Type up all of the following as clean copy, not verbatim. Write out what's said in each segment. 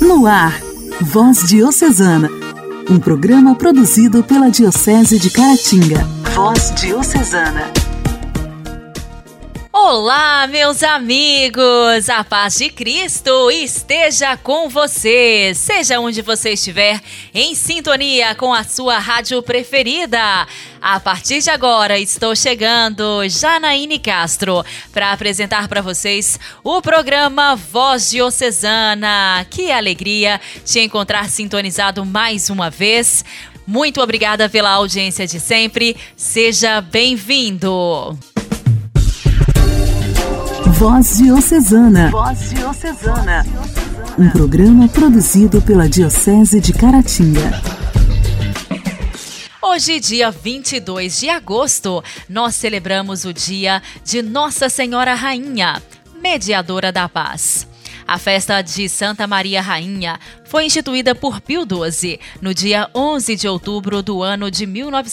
No ar, Voz Diocesana, um programa produzido pela Diocese de Caratinga. Voz Diocesana. Olá, meus amigos! A paz de Cristo esteja com você! Seja onde você estiver, em sintonia com a sua rádio preferida. A partir de agora, estou chegando, Janaíne Castro, para apresentar para vocês o programa Voz Diocesana. Que alegria te encontrar sintonizado mais uma vez. Muito obrigada pela audiência de sempre. Seja bem-vindo! Voz Diocesana. Voz Diocesana. Um programa produzido pela Diocese de Caratinga. Hoje, dia 22 de agosto, nós celebramos o dia de Nossa Senhora Rainha, mediadora da paz. A festa de Santa Maria Rainha foi instituída por Pio XII no dia 11 de outubro do ano de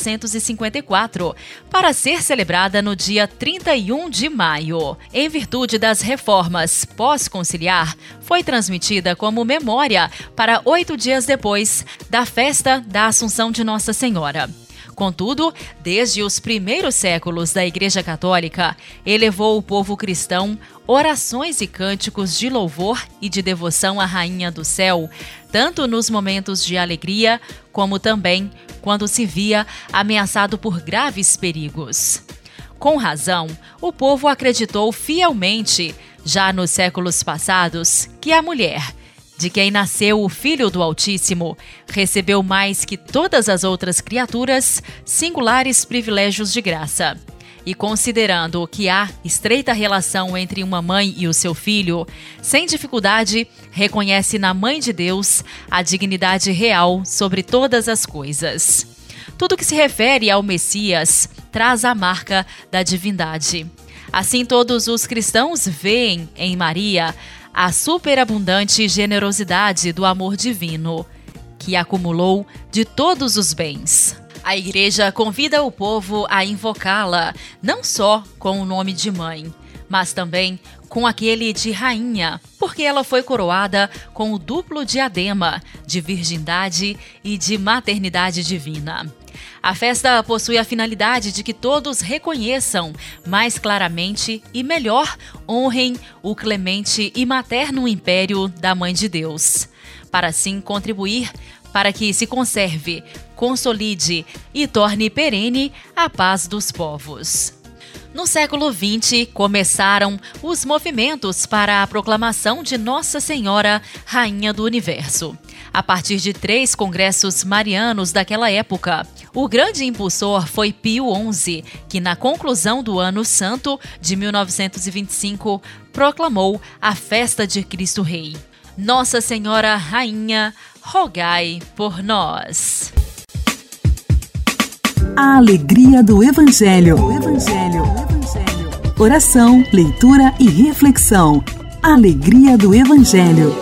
1954, para ser celebrada no dia 31 de maio. Em virtude das reformas pós-conciliar, foi transmitida como memória para 8 dias depois da festa da Assunção de Nossa Senhora. Contudo, desde os primeiros séculos da Igreja Católica, elevou o povo cristão orações e cânticos de louvor e de devoção à Rainha do Céu, tanto nos momentos de alegria, como também quando se via ameaçado por graves perigos. Com razão, o povo acreditou fielmente, já nos séculos passados, que a mulher, de quem nasceu o Filho do Altíssimo, recebeu mais que todas as outras criaturas singulares privilégios de graça. E considerando que há estreita relação entre uma mãe e o seu filho, sem dificuldade, reconhece na Mãe de Deus a dignidade real sobre todas as coisas. Tudo que se refere ao Messias traz a marca da divindade. Assim, todos os cristãos veem em Maria a superabundante generosidade do amor divino, que acumulou de todos os bens. A Igreja convida o povo a invocá-la, não só com o nome de mãe, mas também com aquele de rainha, porque ela foi coroada com o duplo diadema de virgindade e de maternidade divina. A festa possui a finalidade de que todos reconheçam mais claramente e melhor honrem o clemente e materno império da Mãe de Deus, para assim contribuir para que se conserve, consolide e torne perene a paz dos povos. No século XX, começaram os movimentos para a proclamação de Nossa Senhora, Rainha do Universo. A partir de 3 congressos marianos daquela época, o grande impulsor foi Pio XI, que na conclusão do Ano Santo de 1925 proclamou a festa de Cristo Rei. Nossa Senhora Rainha, rogai por nós. A alegria do Evangelho. Oração, leitura e reflexão. Alegria do Evangelho.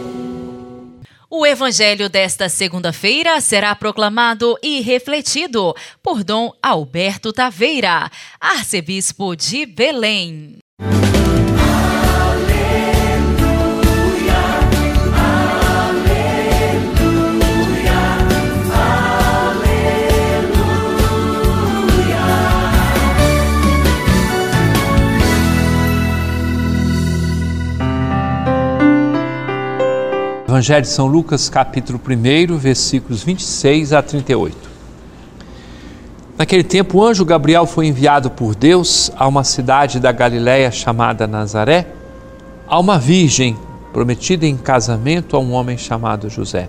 O Evangelho desta segunda-feira será proclamado e refletido por Dom Alberto Taveira, arcebispo de Belém. Evangelho de São Lucas, capítulo 1, versículos 26 a 38. Naquele tempo, o anjo Gabriel foi enviado por Deus a uma cidade da Galiléia chamada Nazaré, a uma virgem prometida em casamento a um homem chamado José.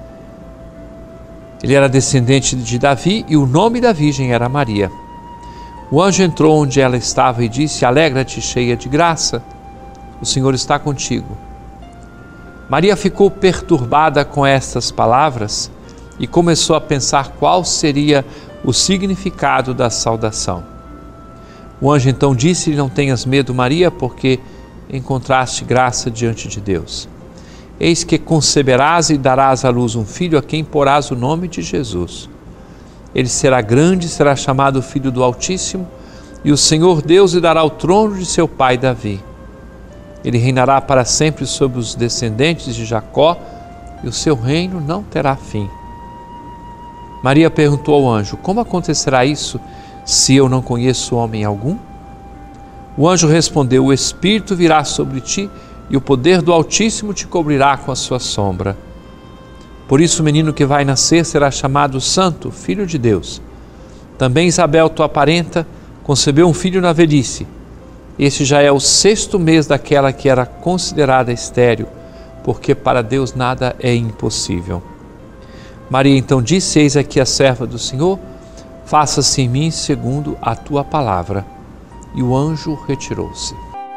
Ele era descendente de Davi e o nome da virgem era Maria. O anjo entrou onde ela estava e disse: Alegra-te, cheia de graça, o Senhor está contigo. Maria ficou perturbada com estas palavras e começou a pensar qual seria o significado da saudação. O anjo então disse-lhe: Não tenhas medo, Maria, porque encontraste graça diante de Deus. Eis que conceberás e darás à luz um filho a quem porás o nome de Jesus. Ele será grande, será chamado Filho do Altíssimo, e o Senhor Deus lhe dará o trono de seu pai Davi. Ele reinará para sempre sobre os descendentes de Jacó, e o seu reino não terá fim. Maria perguntou ao anjo: como acontecerá isso se eu não conheço homem algum? O anjo respondeu: o Espírito virá sobre ti e o poder do Altíssimo te cobrirá com a sua sombra. Por isso o menino que vai nascer será chamado Santo, Filho de Deus. Também Isabel, tua parenta, concebeu um filho na velhice. Este já é o 6º mês daquela que era considerada estéril, porque para Deus nada é impossível. Maria então disse: eis aqui a serva do Senhor, faça-se em mim segundo a tua palavra. E o anjo retirou-se.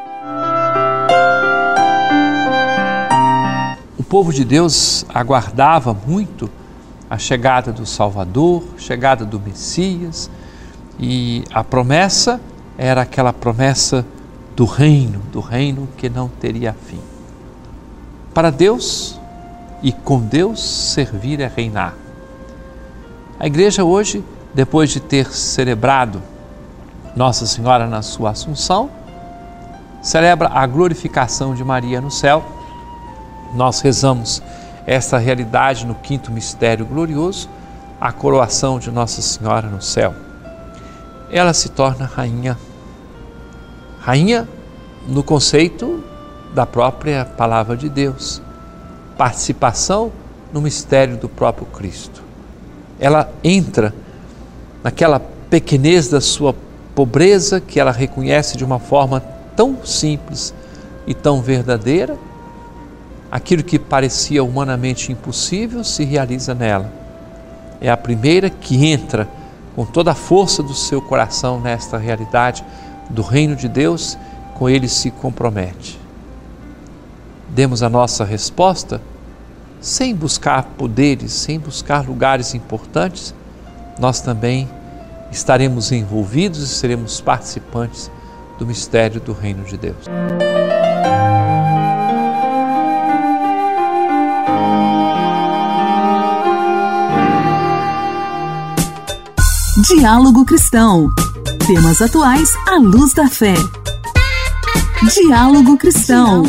O povo de Deus aguardava muito a chegada do Salvador, a chegada do Messias, e a promessa era aquela promessa do reino que não teria fim. Para Deus e com Deus servir é reinar. A igreja hoje, depois de ter celebrado Nossa Senhora na sua Assunção, celebra a glorificação de Maria no céu. Nós rezamos esta realidade no 5º mistério glorioso, a coroação de Nossa Senhora no céu. Ela se torna rainha. Rainha no conceito da própria palavra de Deus. Participação no mistério do próprio Cristo. Ela entra naquela pequenez da sua pobreza que ela reconhece de uma forma tão simples e tão verdadeira. Aquilo que parecia humanamente impossível se realiza nela. É a primeira que entra com toda a força do seu coração nesta realidade do reino de Deus, com ele se compromete. Demos a nossa resposta sem buscar poderes, sem buscar lugares importantes. Nós também estaremos envolvidos e seremos participantes do mistério do reino de Deus. Diálogo Cristão. Temas atuais à luz da fé. Diálogo Cristão.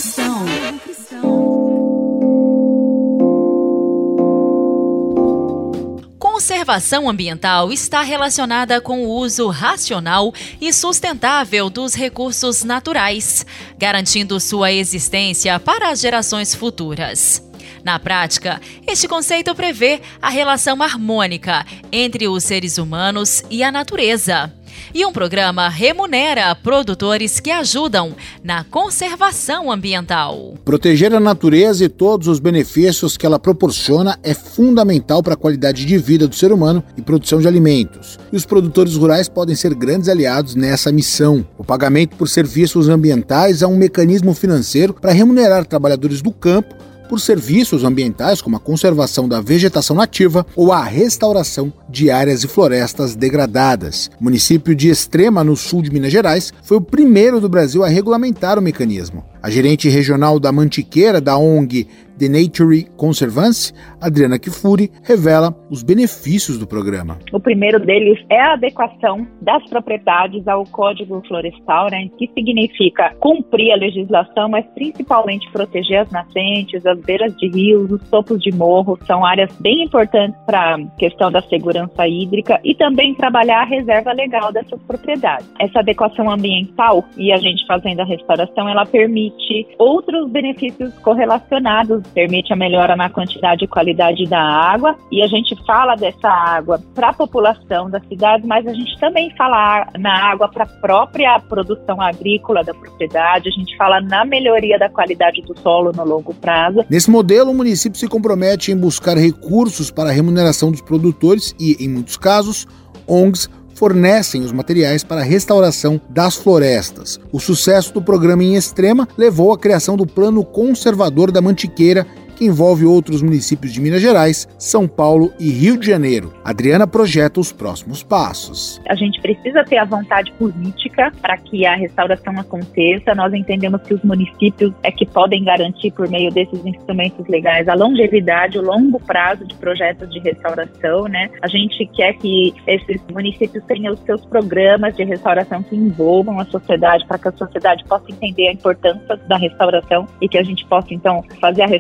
Conservação ambiental está relacionada com o uso racional e sustentável dos recursos naturais, garantindo sua existência para as gerações futuras. Na prática, este conceito prevê a relação harmônica entre os seres humanos e a natureza. E um programa remunera produtores que ajudam na conservação ambiental. Proteger a natureza e todos os benefícios que ela proporciona é fundamental para a qualidade de vida do ser humano e produção de alimentos. E os produtores rurais podem ser grandes aliados nessa missão. O pagamento por serviços ambientais é um mecanismo financeiro para remunerar trabalhadores do campo por serviços ambientais como a conservação da vegetação nativa ou a restauração de áreas e florestas degradadas. O município de Extrema, no sul de Minas Gerais, foi o primeiro do Brasil a regulamentar o mecanismo. A gerente regional da Mantiqueira, da ONG The Nature Conservancy, Adriana Kifuri, revela os benefícios do programa. O primeiro deles é a adequação das propriedades ao Código Florestal, que significa cumprir a legislação, mas principalmente proteger as nascentes, as beiras de rios, os topos de morro. São áreas bem importantes para a questão da segurança hídrica e também trabalhar a reserva legal dessas propriedades. Essa adequação ambiental e a gente fazendo a restauração, ela permite outros benefícios correlacionados, permite a melhora na quantidade e qualidade da água, e a gente fala dessa água para a população da cidade, mas a gente também fala na água para a própria produção agrícola da propriedade, a gente fala na melhoria da qualidade do solo no longo prazo. Nesse modelo, o município se compromete em buscar recursos para a remuneração dos produtores e, em muitos casos, ONGs fornecem os materiais para a restauração das florestas. O sucesso do programa em Extrema levou à criação do Plano Conservador da Mantiqueira, que envolve outros municípios de Minas Gerais, São Paulo e Rio de Janeiro. Adriana projeta os próximos passos. A gente precisa ter a vontade política para que a restauração aconteça. Nós entendemos que os municípios é que podem garantir, por meio desses instrumentos legais, a longevidade, o longo prazo de projetos de restauração, A gente quer que esses municípios tenham os seus programas de restauração que envolvam a sociedade, para que a sociedade possa entender a importância da restauração e que a gente possa, então, fazer a restauração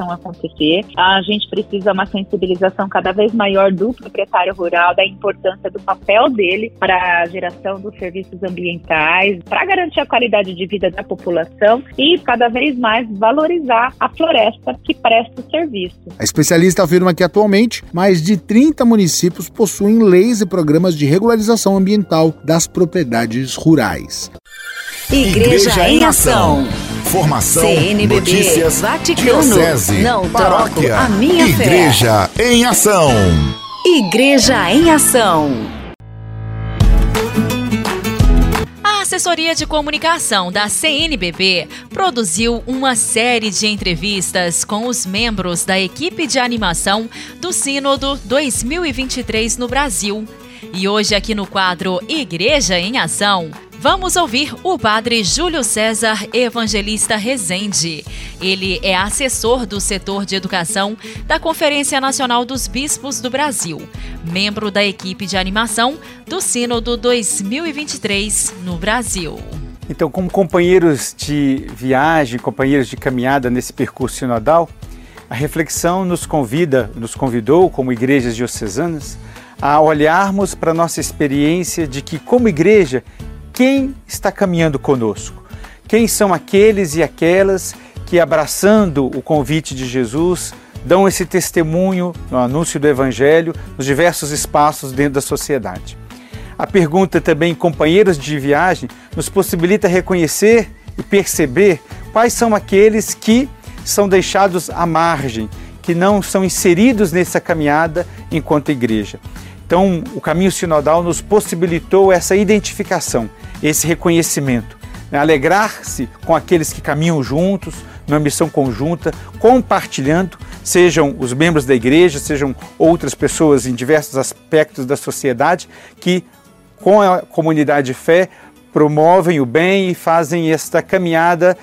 possam acontecer. A gente precisa uma sensibilização cada vez maior do proprietário rural, da importância do papel dele para a geração dos serviços ambientais, para garantir a qualidade de vida da população e cada vez mais valorizar a floresta que presta o serviço. A especialista afirma que atualmente mais de 30 municípios possuem leis e programas de regularização ambiental das propriedades rurais. Igreja em Ação. Formação, CNBB, notícias, Vaticano, diocese, não paróquia, troco a minha Igreja em Ação. Igreja em Ação. A assessoria de comunicação da CNBB produziu uma série de entrevistas com os membros da equipe de animação do Sínodo 2023 no Brasil. E hoje, aqui no quadro Igreja em Ação, vamos ouvir o padre Júlio César Evangelista Rezende. Ele é assessor do setor de educação da Conferência Nacional dos Bispos do Brasil, membro da equipe de animação do Sínodo 2023 no Brasil. Então, como companheiros de viagem, companheiros de caminhada nesse percurso sinodal, a reflexão nos convidou, como igrejas diocesanas, a olharmos para a nossa experiência de que, como igreja, quem está caminhando conosco? Quem são aqueles e aquelas que, abraçando o convite de Jesus, dão esse testemunho no anúncio do Evangelho nos diversos espaços dentro da sociedade? A pergunta também, companheiros de viagem, nos possibilita reconhecer e perceber quais são aqueles que são deixados à margem, que não são inseridos nessa caminhada enquanto igreja. Então, o caminho sinodal nos possibilitou essa identificação, esse reconhecimento, né? Alegrar-se com aqueles que caminham juntos, numa missão conjunta, compartilhando, sejam os membros da igreja, sejam outras pessoas em diversos aspectos da sociedade, que com a comunidade de fé promovem o bem e fazem esta caminhada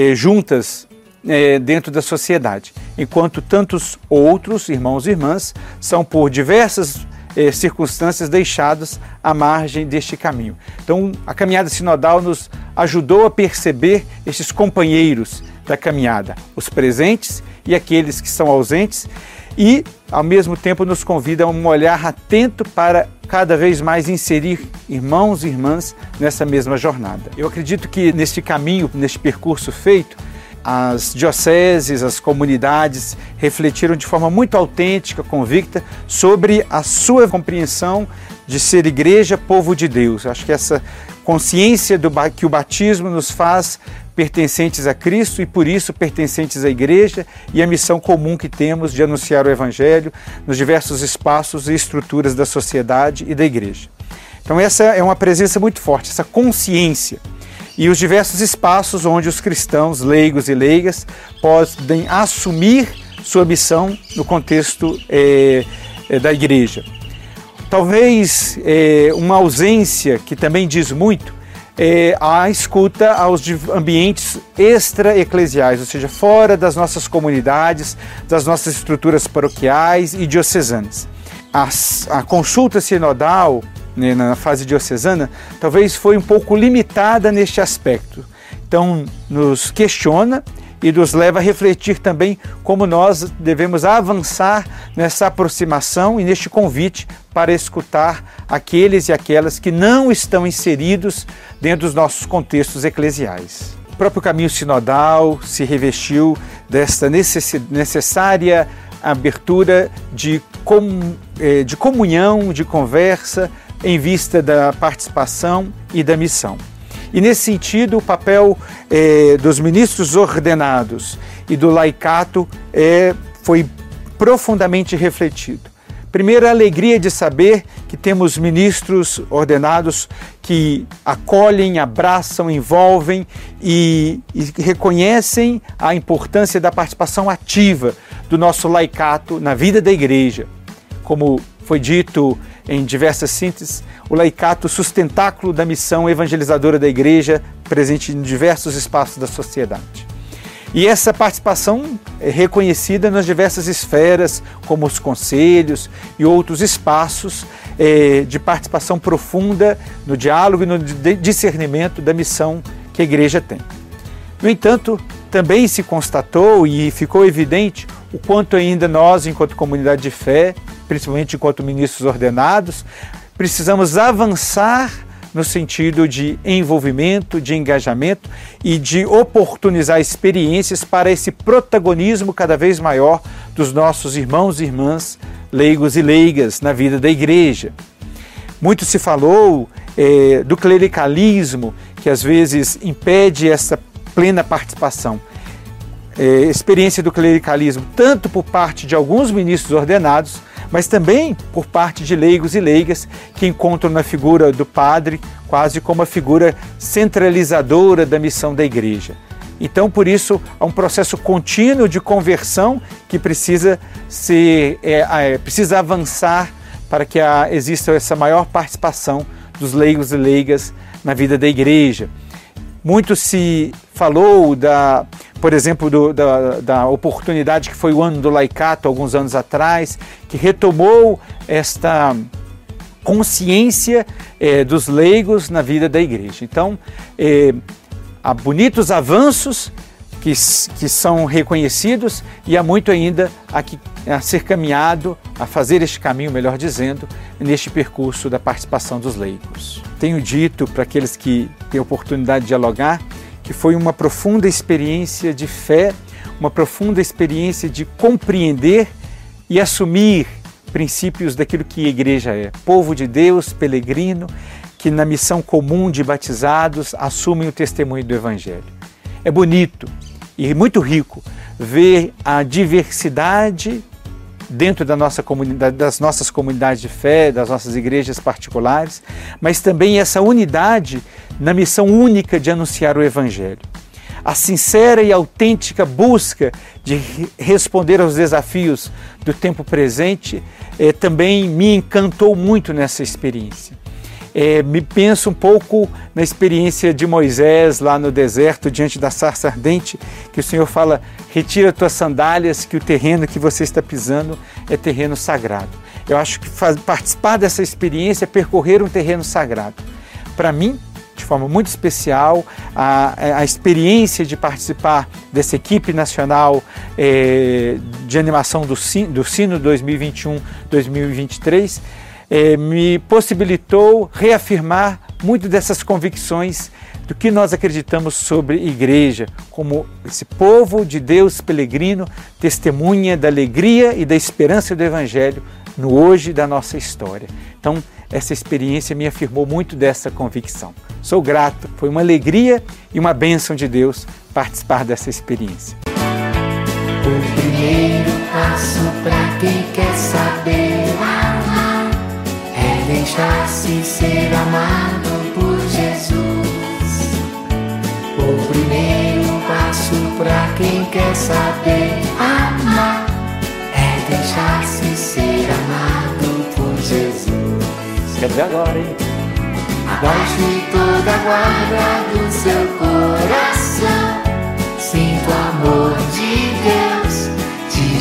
juntas dentro da sociedade. Enquanto tantos outros irmãos e irmãs são por diversas circunstâncias deixados à margem deste caminho. Então, a caminhada sinodal nos ajudou a perceber estes companheiros da caminhada, os presentes e aqueles que são ausentes, e, ao mesmo tempo, nos convida a um olhar atento para cada vez mais inserir irmãos e irmãs nessa mesma jornada. Eu acredito que neste caminho, neste percurso feito, as dioceses, as comunidades refletiram de forma muito autêntica, convicta, sobre a sua compreensão de ser igreja, povo de Deus. Acho que essa consciência que o batismo nos faz pertencentes a Cristo e, por isso, pertencentes à igreja e à missão comum que temos de anunciar o Evangelho nos diversos espaços e estruturas da sociedade e da igreja. Então, essa é uma presença muito forte, essa consciência. E os diversos espaços onde os cristãos, leigos e leigas, podem assumir sua missão no contexto da igreja. Talvez uma ausência que também diz muito é a escuta aos ambientes extra-eclesiais, ou seja, fora das nossas comunidades, das nossas estruturas paroquiais e diocesanas. A consulta sinodal, na fase diocesana, talvez foi um pouco limitada neste aspecto. Então, nos questiona e nos leva a refletir também como nós devemos avançar nessa aproximação e neste convite para escutar aqueles e aquelas que não estão inseridos dentro dos nossos contextos eclesiais. O próprio caminho sinodal se revestiu desta necessária abertura de comunhão, de conversa, em vista da participação e da missão. E nesse sentido, o papel dos ministros ordenados e do laicato foi profundamente refletido. Primeiro, a alegria de saber que temos ministros ordenados que acolhem, abraçam, envolvem e reconhecem a importância da participação ativa do nosso laicato na vida da igreja. Como foi dito em diversas sínteses, o laicato sustentáculo da missão evangelizadora da igreja, presente em diversos espaços da sociedade. E essa participação é reconhecida nas diversas esferas, como os conselhos e outros espaços de participação profunda no diálogo e no discernimento da missão que a igreja tem. No entanto, também se constatou e ficou evidente o quanto ainda nós, enquanto comunidade de fé, principalmente enquanto ministros ordenados, precisamos avançar no sentido de envolvimento, de engajamento e de oportunizar experiências para esse protagonismo cada vez maior dos nossos irmãos e irmãs, leigos e leigas na vida da igreja. Muito se falou do clericalismo, que às vezes impede essa plena participação. Experiência do clericalismo tanto por parte de alguns ministros ordenados, mas também por parte de leigos e leigas que encontram na figura do padre quase como a figura centralizadora da missão da igreja. Então, por isso, há um processo contínuo de conversão que precisa avançar para que exista essa maior participação dos leigos e leigas na vida da igreja. Muito se falou, por exemplo, da oportunidade que foi o ano do laicato, alguns anos atrás, que retomou esta consciência dos leigos na vida da igreja. Então, há bonitos avanços que são reconhecidos e há muito ainda a ser caminhado, a fazer este caminho, melhor dizendo, neste percurso da participação dos leigos. Tenho dito para aqueles que têm a oportunidade de dialogar que foi uma profunda experiência de fé, uma profunda experiência de compreender e assumir princípios daquilo que a igreja é. Povo de Deus, peregrino, que na missão comum de batizados assumem o testemunho do Evangelho. É bonito e muito rico ver a diversidade dentro da nossa comunidade, das nossas comunidades de fé, das nossas igrejas particulares, mas também essa unidade na missão única de anunciar o Evangelho. A sincera e autêntica busca de responder aos desafios do tempo presente também me encantou muito nessa experiência. Me penso um pouco na experiência de Moisés lá no deserto, diante da sarça ardente, que o Senhor fala: retira tuas sandálias, que o terreno que você está pisando é terreno sagrado. Eu acho que participar dessa experiência é percorrer um terreno sagrado. Para mim, de forma muito especial, a experiência de participar dessa equipe nacional de animação do Sino 2021-2023 me possibilitou reafirmar muito dessas convicções do que nós acreditamos sobre igreja, como esse povo de Deus peregrino, testemunha da alegria e da esperança do Evangelho no hoje da nossa história. Então, essa experiência me afirmou muito dessa convicção. Sou grato, foi uma alegria e uma bênção de Deus participar dessa experiência. O primeiro passo para quem quer saber amar é deixar-se ser amado por Jesus. O primeiro passo para quem quer saber amar é deixar-se ser amado por Jesus. Quer ver agora, hein? Abaixe toda a guarda do seu coração, sinta o amor de Deus, de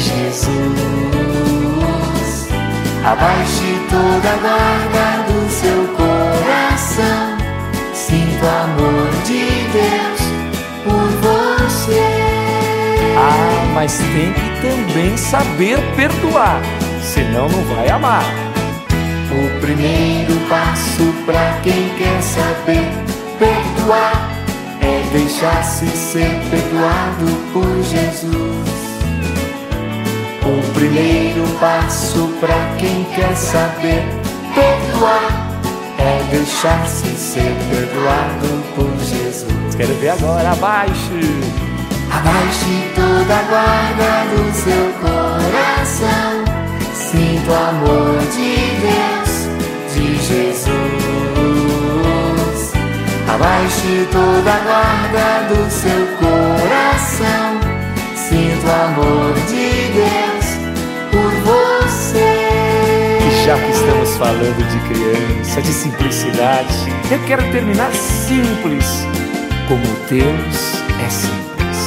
Jesus. Abaixe toda a guarda do seu coração, sinta o amor de Deus por você. Ah, mas tem que também saber perdoar, senão não vai amar. O primeiro passo para quem quer saber perdoar é deixar-se ser perdoado por Jesus. O primeiro passo para quem quer saber perdoar é deixar-se ser perdoado por Jesus. Quero ver agora, abaixe toda a guarda do seu coração, sinta o amor de Deus, de Jesus. Abaixe toda a guarda do seu coração, sinta o amor de Deus por você. E já que estamos falando de criança, de simplicidade, eu quero terminar simples, como Deus é simples.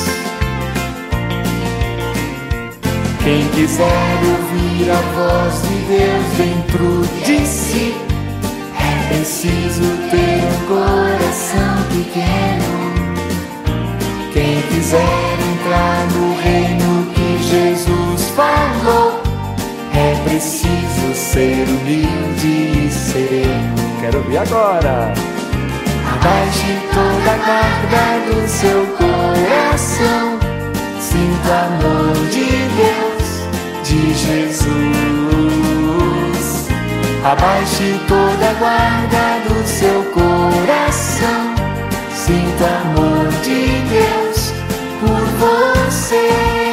Quem quiser ouvir a voz de Deus dentro de si, é preciso ter um coração pequeno. Quem quiser entrar no reino que Jesus falou, é preciso ser humilde e sereno. Quero ouvir agora. Abaixe toda a guarda do seu coração, sinta o amor de Deus, de Jesus. Abaixe toda a guarda do seu coração, sinta o amor de Deus por você.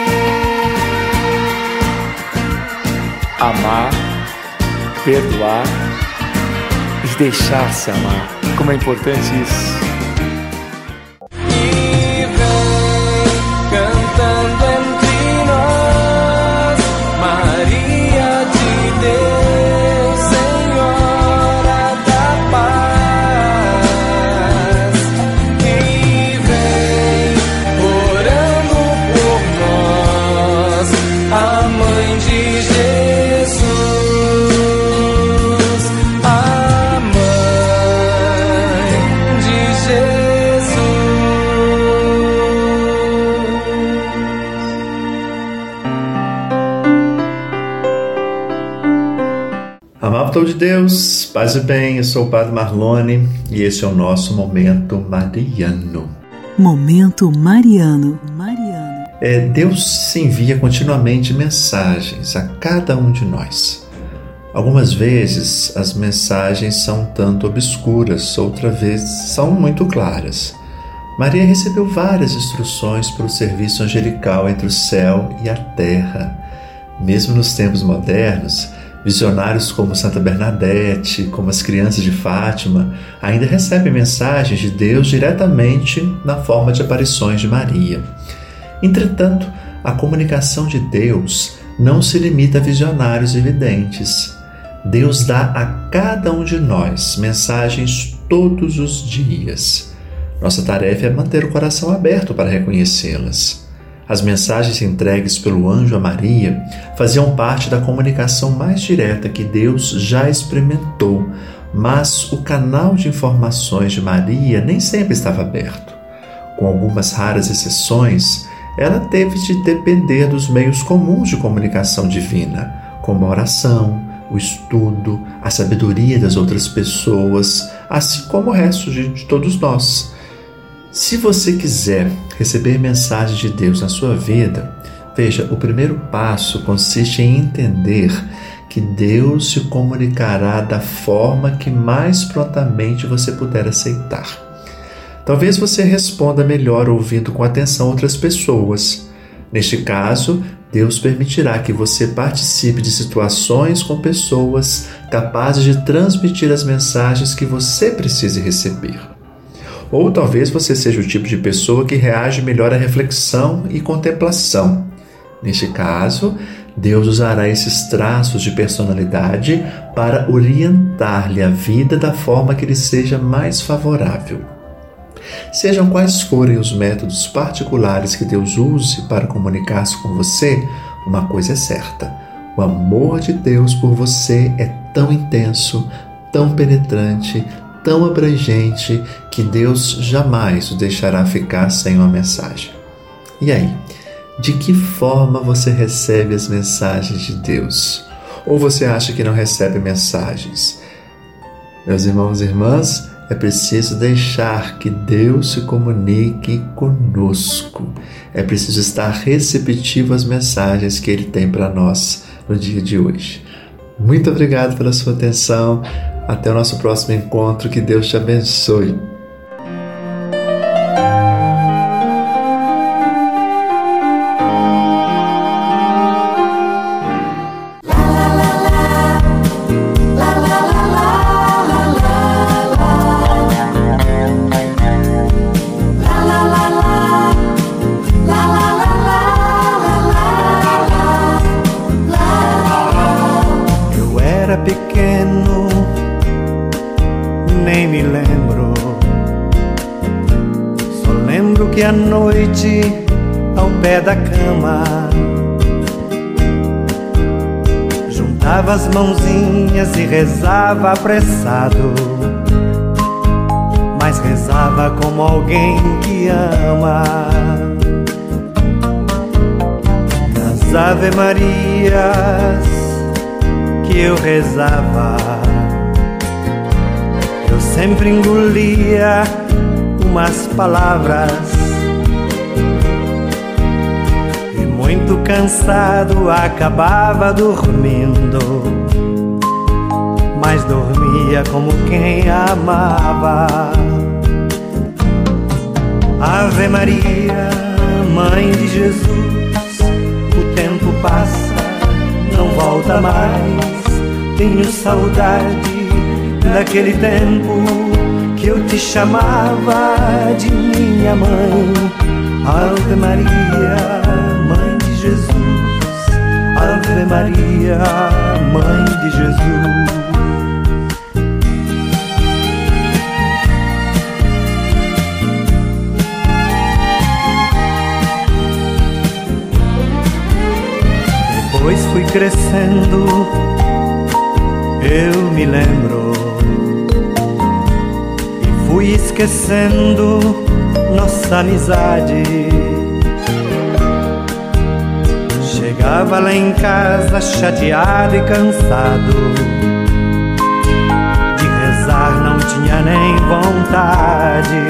Amar, perdoar e deixar-se amar. Como é importante isso. E vem cantando entre nós, Maria de Deus, Senhora da Paz. E vem orando por nós, a Mãe de Jesus. Amado povo de Deus, paz e bem, eu sou o Padre Marlone e esse é o nosso Momento Mariano. Momento Mariano. Deus se envia continuamente mensagens a cada um de nós. Algumas vezes as mensagens são tanto obscuras, outras vezes são muito claras. Maria recebeu várias instruções para o serviço angelical entre o céu e a terra. Mesmo nos tempos modernos, visionários como Santa Bernadette, como as crianças de Fátima, ainda recebem mensagens de Deus diretamente na forma de aparições de Maria. Entretanto, a comunicação de Deus não se limita a visionários e videntes. Deus dá a cada um de nós mensagens todos os dias. Nossa tarefa é manter o coração aberto para reconhecê-las. As mensagens entregues pelo anjo a Maria faziam parte da comunicação mais direta que Deus já experimentou, mas o canal de informações de Maria nem sempre estava aberto. Com algumas raras exceções, ela teve de depender dos meios comuns de comunicação divina, como a oração, o estudo, a sabedoria das outras pessoas, assim como o resto de todos nós. Se você quiser receber mensagens de Deus na sua vida, veja, o primeiro passo consiste em entender que Deus se comunicará da forma que mais prontamente você puder aceitar. Talvez você responda melhor ouvindo com atenção outras pessoas. Neste caso, Deus permitirá que você participe de situações com pessoas capazes de transmitir as mensagens que você precise receber. Ou talvez você seja o tipo de pessoa que reage melhor à reflexão e contemplação. Neste caso, Deus usará esses traços de personalidade para orientar-lhe a vida da forma que lhe seja mais favorável. Sejam quais forem os métodos particulares que Deus use para comunicar-se com você, uma coisa é certa: o amor de Deus por você é tão intenso, tão penetrante, tão abrangente, que Deus jamais o deixará ficar sem uma mensagem. E aí, de que forma você recebe as mensagens de Deus? Ou você acha que não recebe mensagens? Meus irmãos e irmãs, é preciso deixar que Deus se comunique conosco. É preciso estar receptivo às mensagens que Ele tem para nós no dia de hoje. Muito obrigado pela sua atenção. Até o nosso próximo encontro. Que Deus te abençoe. Eu era pequeno, nem me lembro. Só lembro que à noite, ao pé da cama, juntava as mãozinhas e rezava apressado, mas rezava como alguém que ama. As Ave Marias que eu rezava, eu sempre engolia umas palavras, e muito cansado acabava dormindo, mas dormia como quem amava. Ave Maria, Mãe de Jesus, o tempo passa, não volta mais. Tenho saudade daquele tempo que eu te chamava de minha mãe. Ave Maria, Mãe de Jesus, Ave Maria, Mãe de Jesus. Depois fui crescendo, eu me lembro, e fui esquecendo nossa amizade. Chegava lá em casa chateado e cansado, de rezar não tinha nem vontade.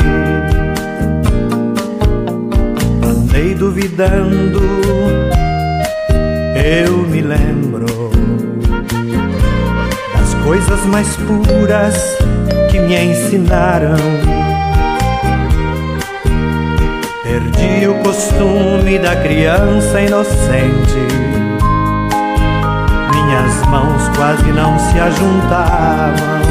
Andei duvidando, eu me lembro das coisas mais puras que me ensinaram. Perdi o costume da criança inocente, minhas mãos quase não se ajuntavam.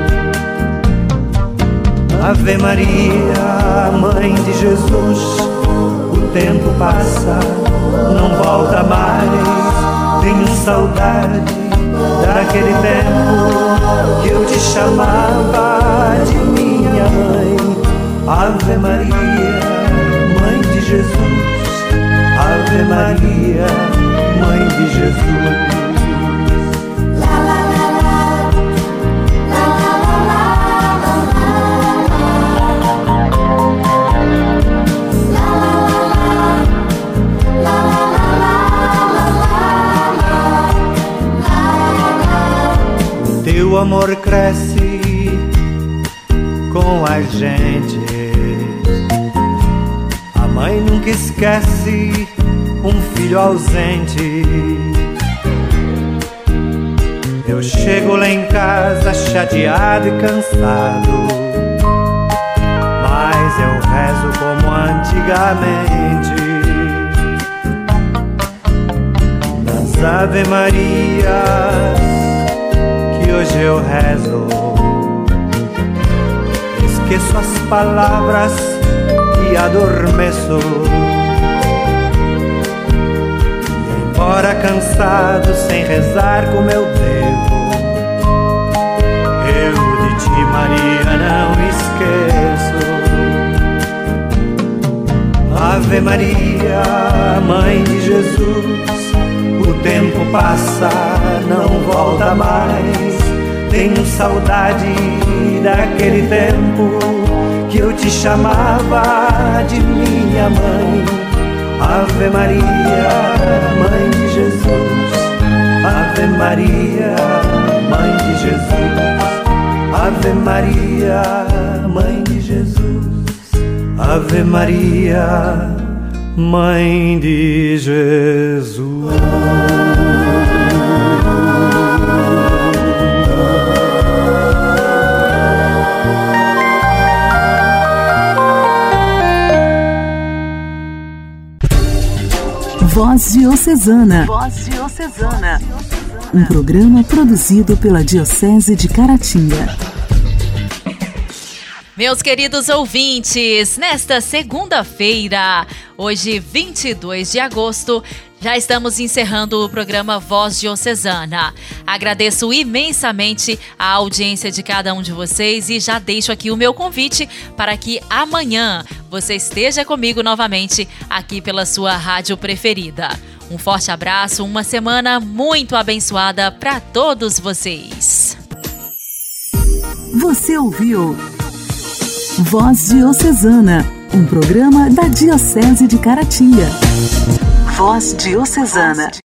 Ave Maria, Mãe de Jesus, o tempo passa, não volta mais. Tenho saudade daquele tempo que eu te chamava de minha mãe. Ave Maria, Mãe de Jesus, Ave Maria, Mãe de Jesus. O amor cresce com a gente, a mãe nunca esquece um filho ausente. Eu chego lá em casa chateado e cansado, mas eu rezo como antigamente. Nas Ave Marias hoje eu rezo, esqueço as palavras e adormeço. E embora cansado, sem rezar como eu devo, eu de ti, Maria, não esqueço. Ave Maria, Mãe de Jesus, o tempo passa, não volta mais. Tenho saudade daquele tempo que eu te chamava de minha mãe. Ave Maria, Mãe de Jesus, Ave Maria, Mãe de Jesus, Ave Maria, Mãe de Jesus, Ave Maria, Mãe de Jesus. Voz Diocesana. Voz Diocesana. Um programa produzido pela Diocese de Caratinga. Meus queridos ouvintes, nesta segunda-feira, hoje 22 de agosto, já estamos encerrando o programa Voz Diocesana. Agradeço imensamente a audiência de cada um de vocês e já deixo aqui o meu convite para que amanhã você esteja comigo novamente aqui pela sua rádio preferida. Um forte abraço, uma semana muito abençoada para todos vocês. Você ouviu Voz Diocesana, um programa da Diocese de Caratinga. Voz Diocesana.